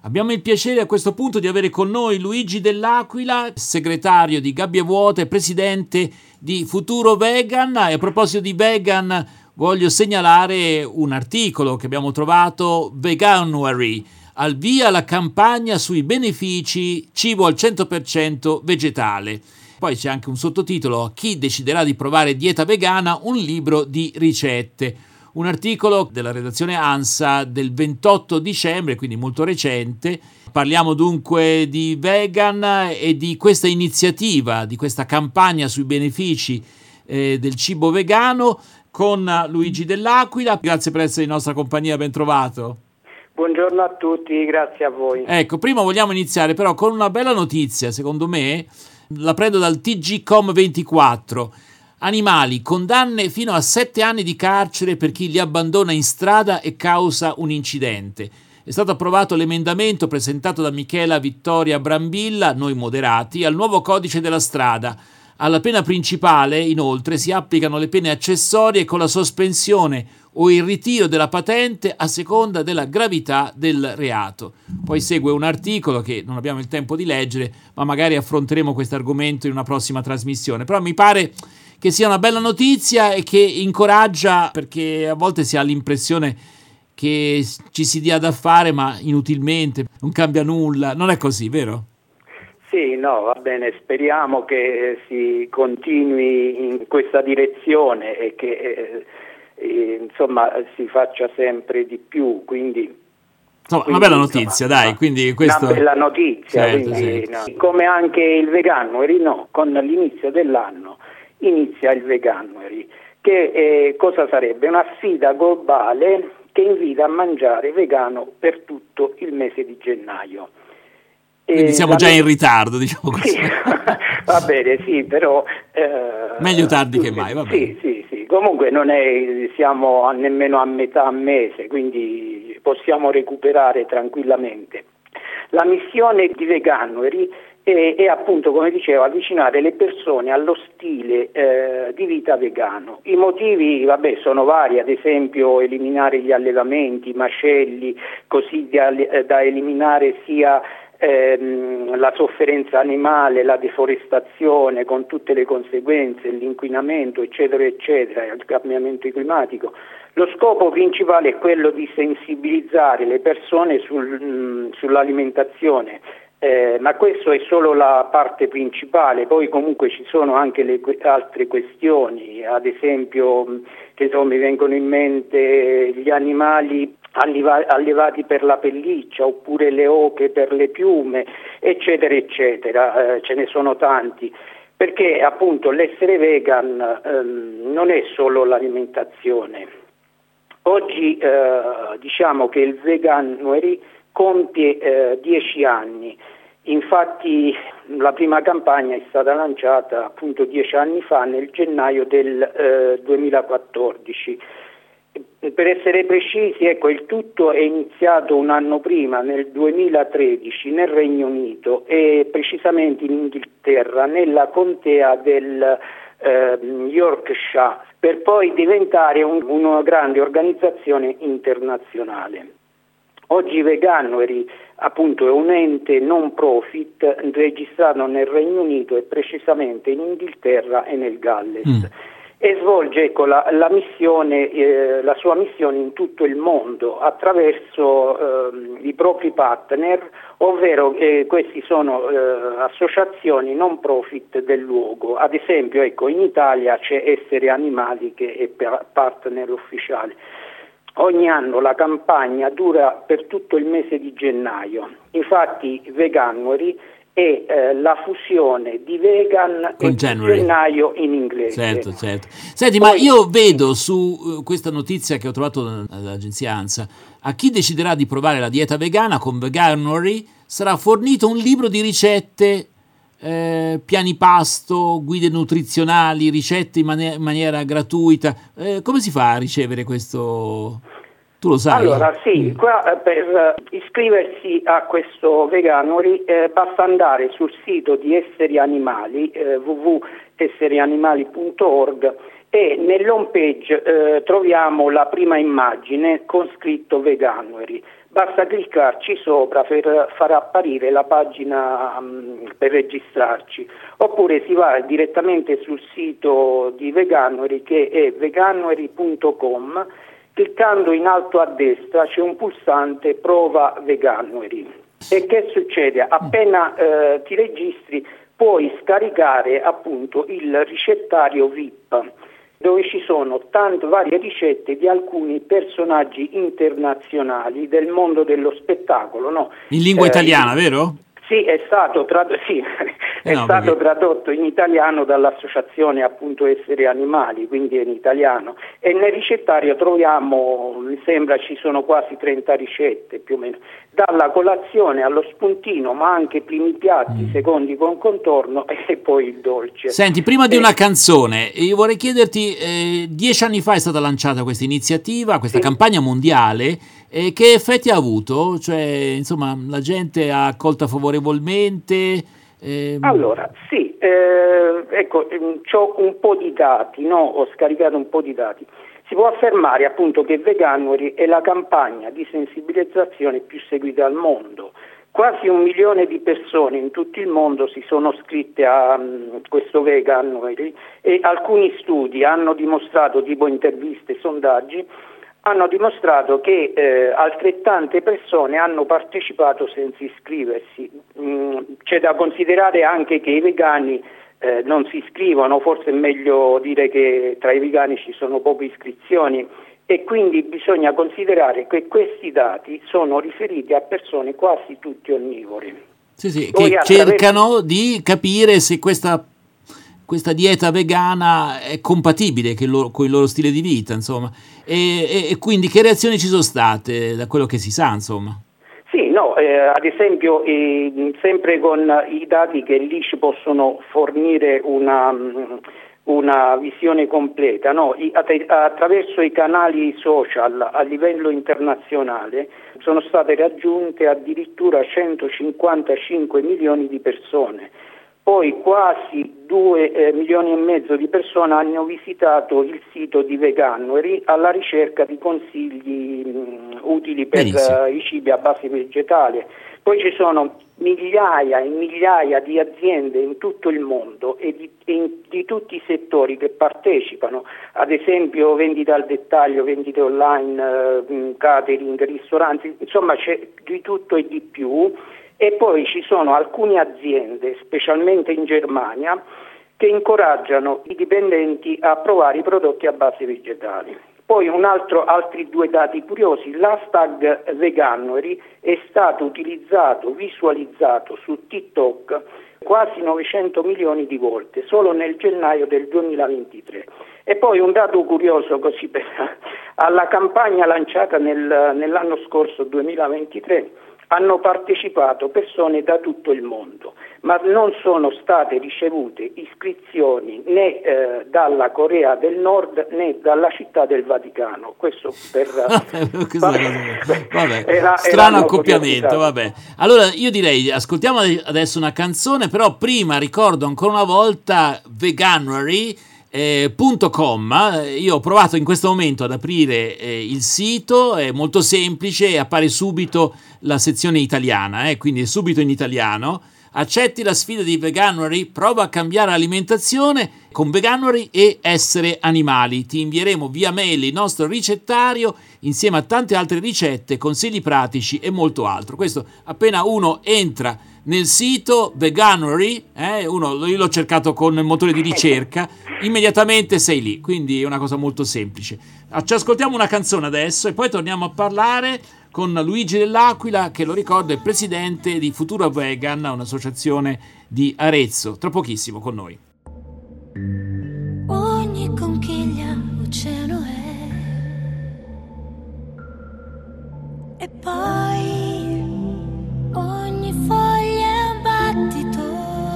Abbiamo il piacere a questo punto di avere con noi Luigi Dell'Aquila, segretario di Gabbie Vuote e presidente di Futuro Vegan. E a proposito di vegan, voglio segnalare un articolo che abbiamo trovato, Veganuary, al via la campagna sui benefici cibo al 100% vegetale. Poi c'è anche un sottotitolo, Chi deciderà di provare dieta vegana, un libro di ricette. Un articolo della redazione ANSA del 28 dicembre, quindi molto recente. Parliamo dunque di vegan e di questa iniziativa, di questa campagna sui benefici del cibo vegano con Luigi Dell'Aquila. Grazie per essere in nostra compagnia, ben trovato. Buongiorno a tutti, grazie a voi. Ecco, prima vogliamo iniziare però con una bella notizia, secondo me, la prendo dal TGcom24. Animali, condanne fino a 7 anni di carcere per chi li abbandona in strada e causa un incidente. È stato approvato l'emendamento presentato da Michela Vittoria Brambilla, noi moderati, al nuovo codice della strada. Alla pena principale, inoltre, si applicano le pene accessorie con la sospensione o il ritiro della patente a seconda della gravità del reato. Poi segue un articolo che non abbiamo il tempo di leggere, ma magari affronteremo questo argomento in una prossima trasmissione. Però mi pare che sia una bella notizia e che incoraggia, perché a volte si ha l'impressione che ci si dia da fare ma inutilmente, non cambia nulla. Non è così, vero? Sì, no, va bene, speriamo che si continui in questa direzione e che insomma si faccia sempre di più, quindi una bella notizia, dai, quindi questo... Una bella notizia, certo, quindi, sì. no. Come anche il Veganuary, no, con l'inizio dell'anno inizia il Veganuary, che cosa sarebbe? Una sfida globale che invita a mangiare vegano per tutto il mese di gennaio. Quindi siamo già in ritardo, diciamo così. Sì, va bene, sì, però... meglio tardi che mai, va bene. Sì. Comunque non siamo nemmeno a metà mese, quindi possiamo recuperare tranquillamente. La missione di Veganuary è appunto, come dicevo, avvicinare le persone allo stile di vita vegano. I motivi, sono vari, ad esempio eliminare gli allevamenti, i macelli, così da eliminare sia la sofferenza animale, la deforestazione con tutte le conseguenze, l'inquinamento, eccetera, il cambiamento climatico. Lo scopo principale è quello di sensibilizzare le persone sull'alimentazione, ma questo è solo la parte principale, poi comunque ci sono anche le altre questioni, ad esempio mi vengono in mente gli animali allevati per la pelliccia, oppure le oche per le piume, eccetera, ce ne sono tanti, perché appunto l'essere vegan non è solo l'alimentazione. Oggi diciamo che il Veganuary compie 10 anni, infatti la prima campagna è stata lanciata appunto 10 anni fa, nel gennaio del 2014. Per essere precisi, il tutto è iniziato un anno prima, nel 2013, nel Regno Unito e precisamente in Inghilterra, nella contea del Yorkshire, per poi diventare una grande organizzazione internazionale. Oggi Veganuary appunto è un ente non profit registrato nel Regno Unito e precisamente in Inghilterra e nel Galles. E svolge la missione, la sua missione in tutto il mondo attraverso i propri partner, ovvero questi sono associazioni non profit del luogo. Ad esempio, in Italia c'è Essere Animali che è partner ufficiale. Ogni anno la campagna dura per tutto il mese di gennaio. Infatti Veganuary è la fusione di vegan con e gennaio in inglese. Certo. Senti, ma io vedo su questa notizia che ho trovato dall'agenzia ANSA, a chi deciderà di provare la dieta vegana con Veganuary sarà fornito un libro di ricette, piani pasto, guide nutrizionali, ricette in maniera gratuita. Come si fa a ricevere questo? Tu lo sai? Allora sì, qua per iscriversi a questo Veganuary basta andare sul sito di Esseri Animali, www.esserianimali.org, e nell'home page troviamo la prima immagine con scritto Veganuary. basta cliccarci sopra per far apparire la pagina per registrarci, oppure si va direttamente sul sito di Veganuary, che è veganuary.com. Cliccando in alto a destra c'è un pulsante Prova Veganuary. E che succede? Appena ti registri puoi scaricare appunto il ricettario VIP, dove ci sono tante varie ricette di alcuni personaggi internazionali del mondo dello spettacolo, no? In lingua italiana, vero? Sì, è stato tradotto in italiano dall'associazione appunto Essere Animali, quindi è in italiano, e nel ricettario troviamo, mi sembra ci sono quasi 30 ricette più o meno, dalla colazione allo spuntino, ma anche primi piatti, secondi con contorno e poi il dolce. Senti, prima di una canzone, io vorrei chiederti, 10 anni fa è stata lanciata questa iniziativa, questa campagna mondiale, che effetti ha avuto? Cioè, insomma, la gente ha accolta favorevolmente? Allora, sì, ecco, c'ho un po' di dati, no? Ho scaricato un po' di dati. Si può affermare appunto che Veganuary è la campagna di sensibilizzazione più seguita al mondo. Quasi 1 milione di persone in tutto il mondo si sono iscritte a questo Veganuary, e alcuni studi hanno dimostrato, tipo interviste, sondaggi, hanno dimostrato che altrettante persone hanno partecipato senza iscriversi. C'è da considerare anche che i vegani non si iscrivono, forse è meglio dire che tra i vegani ci sono poche iscrizioni, e quindi bisogna considerare che questi dati sono riferiti a persone quasi tutti onnivori. Sì, che cercano di capire se questa dieta vegana è compatibile con il loro stile di vita, insomma, e quindi che reazioni ci sono state da quello che si sa, insomma? Sì, no, ad esempio sempre con i dati che lì ci possono fornire una visione completa, no? Attraverso i canali social a livello internazionale sono state raggiunte addirittura 155 milioni di persone. Poi quasi 2 milioni e mezzo di persone hanno visitato il sito di Veganuary alla ricerca di consigli utili per i cibi a base vegetale. Poi ci sono migliaia e migliaia di aziende in tutto il mondo e di tutti i settori che partecipano, ad esempio vendita al dettaglio, vendite online, catering, ristoranti, insomma c'è di tutto e di più. E poi ci sono alcune aziende, specialmente in Germania, che incoraggiano i dipendenti a provare i prodotti a base vegetale. Poi altri 2 dati curiosi: l'hashtag Veganuary è stato utilizzato, visualizzato su TikTok quasi 900 milioni di volte solo nel gennaio del 2023. E poi un dato curioso così alla campagna lanciata nell'anno scorso 2023 hanno partecipato persone da tutto il mondo, ma non sono state ricevute iscrizioni né dalla Corea del Nord né dalla Città del Vaticano. Questo per strano accoppiamento, vabbè. Allora io direi ascoltiamo adesso una canzone, però prima ricordo ancora una volta Veganuary.com. Io ho provato in questo momento ad aprire il sito, è molto semplice e appare subito la sezione italiana, quindi è subito in italiano. Accetti la sfida di Veganuary, prova a cambiare alimentazione con Veganuary e Essere Animali. Ti invieremo via mail il nostro ricettario insieme a tante altre ricette, consigli pratici e molto altro. Questo appena uno entra nel sito Veganuary, io l'ho cercato con il motore di ricerca, immediatamente sei lì, quindi è una cosa molto semplice. Ci ascoltiamo una canzone adesso e poi torniamo a parlare con Luigi Dell'Aquila, che lo ricordo è presidente di Futura Vegan, un'associazione di Arezzo. Tra pochissimo con noi. Ogni conchiglia oceano è, e poi ogni foglia è un battito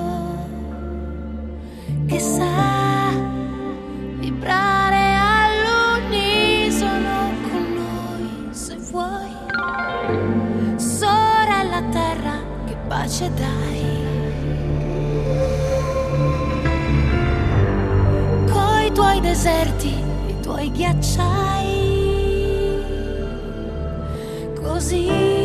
che sa vibrare all'unisono con noi, se vuoi. Sorella terra, che pace dai, coi tuoi deserti, i tuoi ghiacciai, così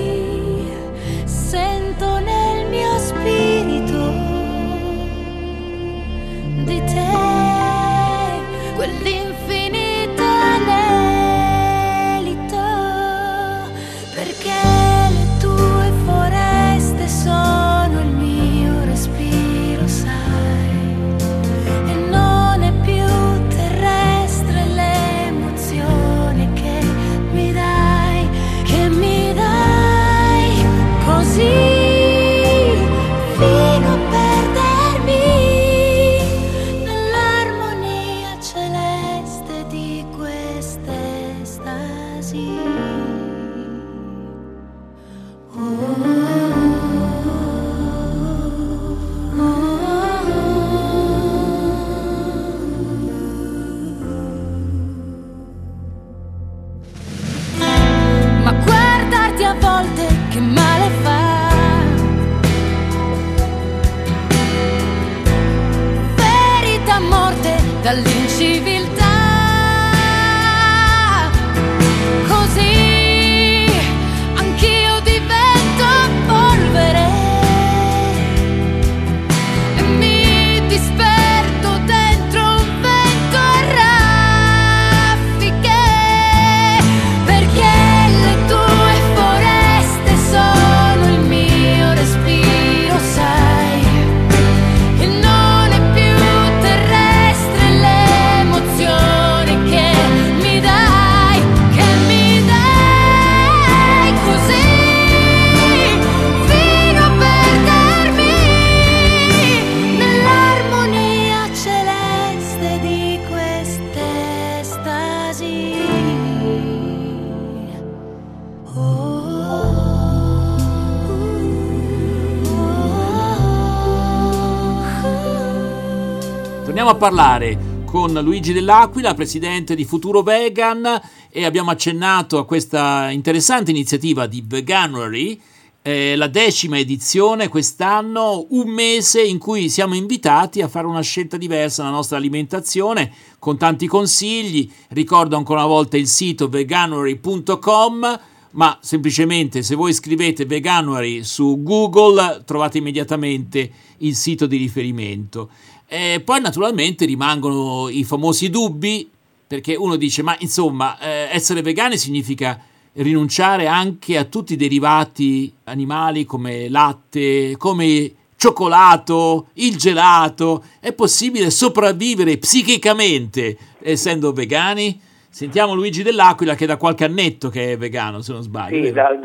Torniamo a parlare con Luigi Dell'Aquila, presidente di Futuro Vegan, e abbiamo accennato a questa interessante iniziativa di Veganuary, la 10ª edizione quest'anno, un mese in cui siamo invitati a fare una scelta diversa nella nostra alimentazione con tanti consigli. Ricordo ancora una volta il sito veganuary.com, ma semplicemente se voi scrivete Veganuary su Google trovate immediatamente il sito di riferimento. E poi naturalmente rimangono i famosi dubbi, perché uno dice ma insomma essere vegani significa rinunciare anche a tutti i derivati animali come latte, come cioccolato, il gelato. È possibile sopravvivere psichicamente essendo vegani? Sentiamo Luigi Dell'Aquila, che da qualche annetto che è vegano, se non sbaglio. Sì, dal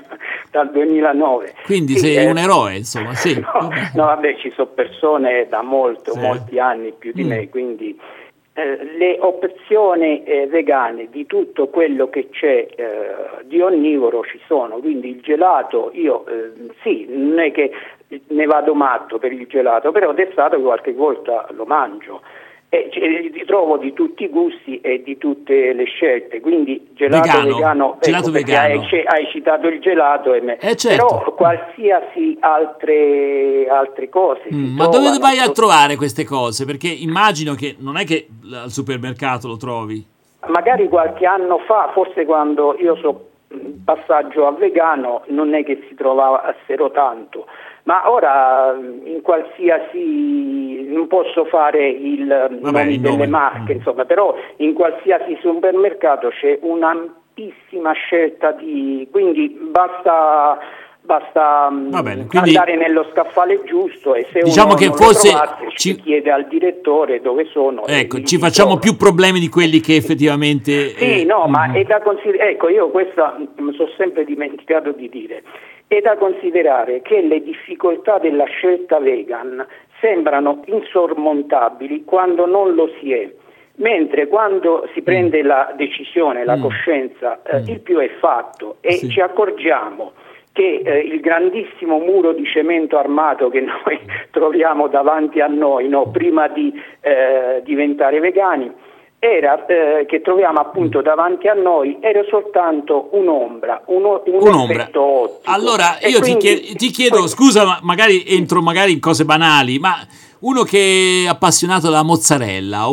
2009. Quindi sì, sei un eroe, insomma, sì. No, vabbè, ci sono persone da molti anni più di me, quindi le opzioni vegane di tutto quello che c'è di onnivoro ci sono, quindi il gelato io sì, non è che ne vado matto per il gelato, però d'estate qualche volta lo mangio e li trovo di tutti i gusti e di tutte le scelte, quindi gelato vegano, gelato vegano. Hai citato il gelato certo. Però qualsiasi altre cose ma dove vai a trovare queste cose? Perché immagino che non è che al supermercato lo trovi. Magari qualche anno fa, forse quando io so passaggio a vegano, non è che si trovassero tanto, ma ora in qualsiasi, non posso fare il nome delle marche, insomma, però in qualsiasi supermercato c'è un'ampissima scelta quindi basta andare nello scaffale giusto e se diciamo uno che non forse lo trovasse, ci chiede al direttore dove sono. Ecco, ci facciamo più problemi di quelli che effettivamente... Sì, ma è da considerare, ecco, io questa mi sono sempre dimenticato di dire, è da considerare che le difficoltà della scelta vegan sembrano insormontabili quando non lo si è. Mentre quando si prende la decisione, la coscienza, il più è fatto e ci accorgiamo che il grandissimo muro di cemento armato che noi troviamo davanti a noi, prima di diventare vegani, che troviamo appunto davanti a noi, era soltanto un'ombra, un effetto ottico. Allora io ti chiedo, scusa, ma magari entro in cose banali, ma uno che è appassionato della mozzarella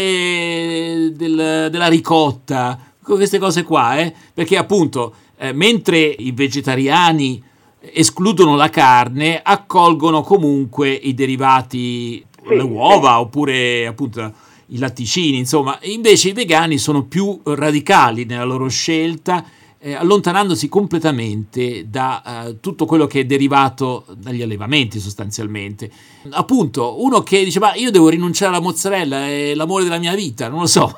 oppure della ricotta, queste cose qua, perché appunto mentre i vegetariani escludono la carne, accolgono comunque i derivati, le uova oppure appunto i latticini, insomma, invece i vegani sono più radicali nella loro scelta, allontanandosi completamente da tutto quello che è derivato dagli allevamenti sostanzialmente. Appunto, uno che dice ma io devo rinunciare alla mozzarella, è l'amore della mia vita, non lo so,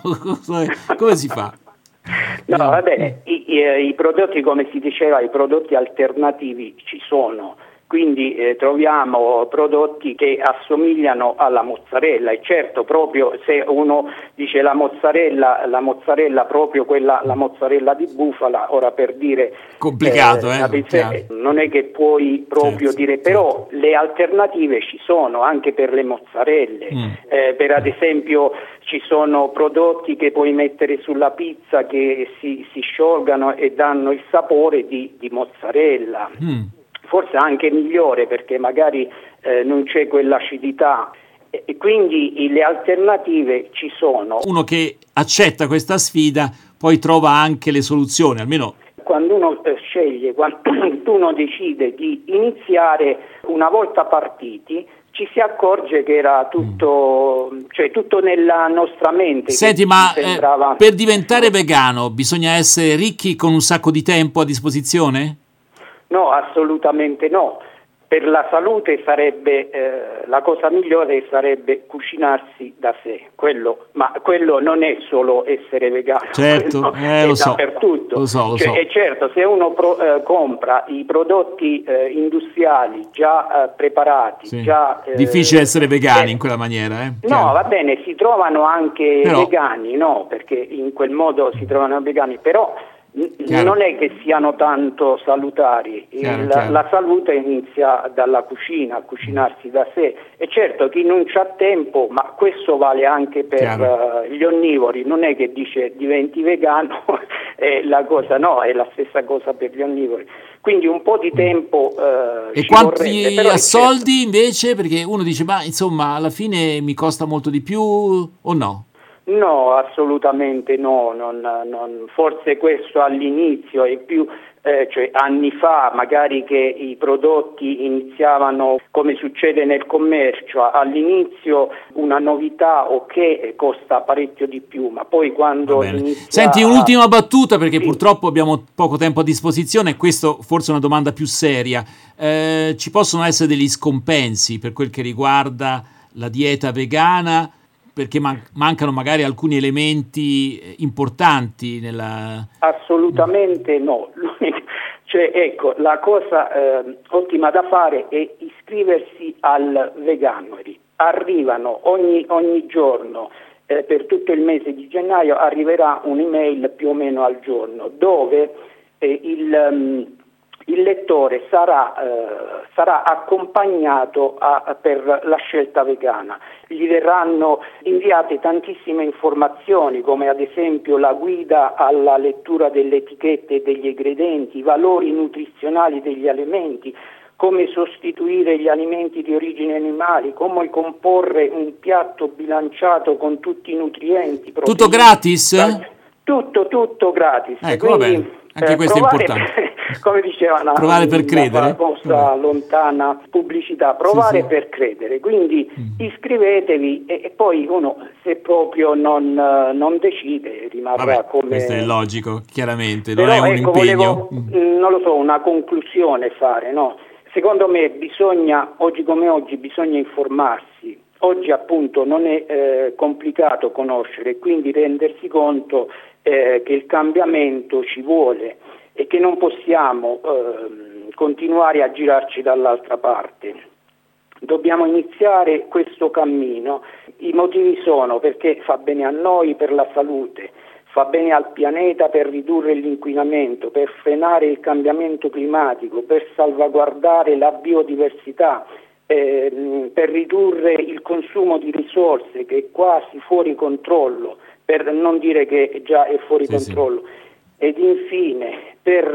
come si fa? No, va bene, i prodotti, come si diceva, i prodotti alternativi ci sono, quindi troviamo prodotti che assomigliano alla mozzarella e certo, proprio se uno dice la mozzarella proprio quella, la mozzarella di bufala, ora per dire complicato, non è che puoi proprio dire, però le alternative ci sono anche per le mozzarelle, per ad esempio ci sono prodotti che puoi mettere sulla pizza che si sciolgano e danno il sapore di mozzarella. Forse anche migliore perché magari non c'è quell'acidità e quindi le alternative ci sono. Uno che accetta questa sfida poi trova anche le soluzioni, almeno quando uno sceglie, quando uno decide di iniziare, una volta partiti ci si accorge che era tutto, cioè tutto nella nostra mente. Senti, ma per diventare vegano bisogna essere ricchi con un sacco di tempo a disposizione? No, assolutamente no. Per la salute sarebbe la cosa migliore sarebbe cucinarsi da sé, ma quello non è solo essere vegano, certo, è dappertutto. Lo so. E certo, se uno compra i prodotti industriali già preparati, difficile essere vegani in quella maniera, No, va bene, si trovano anche vegani, no, perché in quel modo si trovano vegani, però non è che siano tanto salutari. Chiaro. La salute inizia dalla cucina, a cucinarsi da sé, e certo chi non c'ha tempo, ma questo vale anche per gli onnivori, non è che dice diventi vegano la cosa, no, è la stessa cosa per gli onnivori, quindi un po' di tempo e ci quanti vorrebbe, però a soldi invece, perché uno dice ma insomma alla fine mi costa molto di più o no? No, assolutamente no, forse questo all'inizio è più, cioè anni fa magari che i prodotti iniziavano come succede nel commercio, all'inizio una novità costa parecchio di più, ma poi quando inizia... Senti, un'ultima battuta perché purtroppo abbiamo poco tempo a disposizione, questo forse è una domanda più seria, ci possono essere degli scompensi per quel che riguarda la dieta vegana? Perché mancano magari alcuni elementi importanti nella... Assolutamente no. Cioè, ecco, la cosa ottima da fare è iscriversi al Veganuary. Arrivano ogni giorno, per tutto il mese di gennaio arriverà un'email più o meno al giorno, dove il lettore sarà accompagnato per la scelta vegana. Gli verranno inviate tantissime informazioni, come ad esempio la guida alla lettura delle etichette e degli ingredienti, i valori nutrizionali degli alimenti, come sostituire gli alimenti di origine animale, come comporre un piatto bilanciato con tutti i nutrienti. Tutto gratis? Tutto gratis. Ecco, va bene. Anche questo è importante. Come diceva provare per credere. Questa lontana pubblicità, provare per credere. Quindi iscrivetevi e poi uno, se proprio non decide, rimarrà come... Questo è logico, chiaramente, Però, non è un impegno. Non lo so, una conclusione fare, no? Secondo me oggi come oggi bisogna informarsi. Oggi appunto non è complicato conoscere, quindi rendersi conto che il cambiamento ci vuole e che non possiamo continuare a girarci dall'altra parte. Dobbiamo iniziare questo cammino. I motivi sono perché fa bene a noi per la salute, fa bene al pianeta per ridurre l'inquinamento, per frenare il cambiamento climatico, per salvaguardare la biodiversità, per ridurre il consumo di risorse che è quasi fuori controllo, per non dire che già è fuori controllo. Ed infine per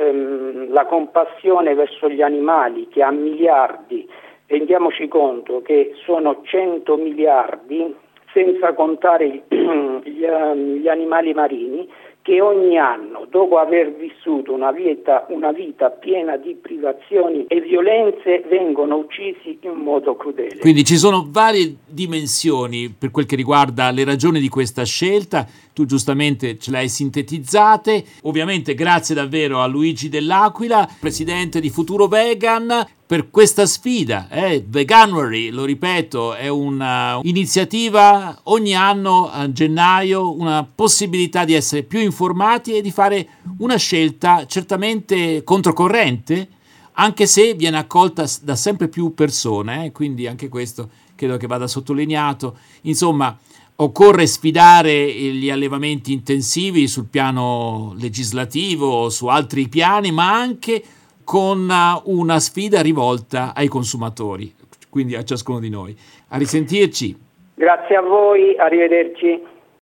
la compassione verso gli animali, che ha miliardi, rendiamoci conto che sono 100 miliardi, senza contare gli animali marini, che ogni anno, dopo aver vissuto una vita piena di privazioni e violenze, vengono uccisi in modo crudele. Quindi ci sono varie dimensioni per quel che riguarda le ragioni di questa scelta. Tu giustamente ce le hai sintetizzate. Ovviamente grazie davvero a Luigi Dell'Aquila, presidente di Futuro Vegan, per questa sfida. Veganuary, lo ripeto, è un'iniziativa ogni anno a gennaio, una possibilità di essere più informati e di fare una scelta certamente controcorrente, anche se viene accolta da sempre più persone, quindi anche questo credo che vada sottolineato. Insomma, occorre sfidare gli allevamenti intensivi sul piano legislativo, su altri piani, ma anche con una sfida rivolta ai consumatori, quindi a ciascuno di noi. A risentirci. Grazie a voi, arrivederci.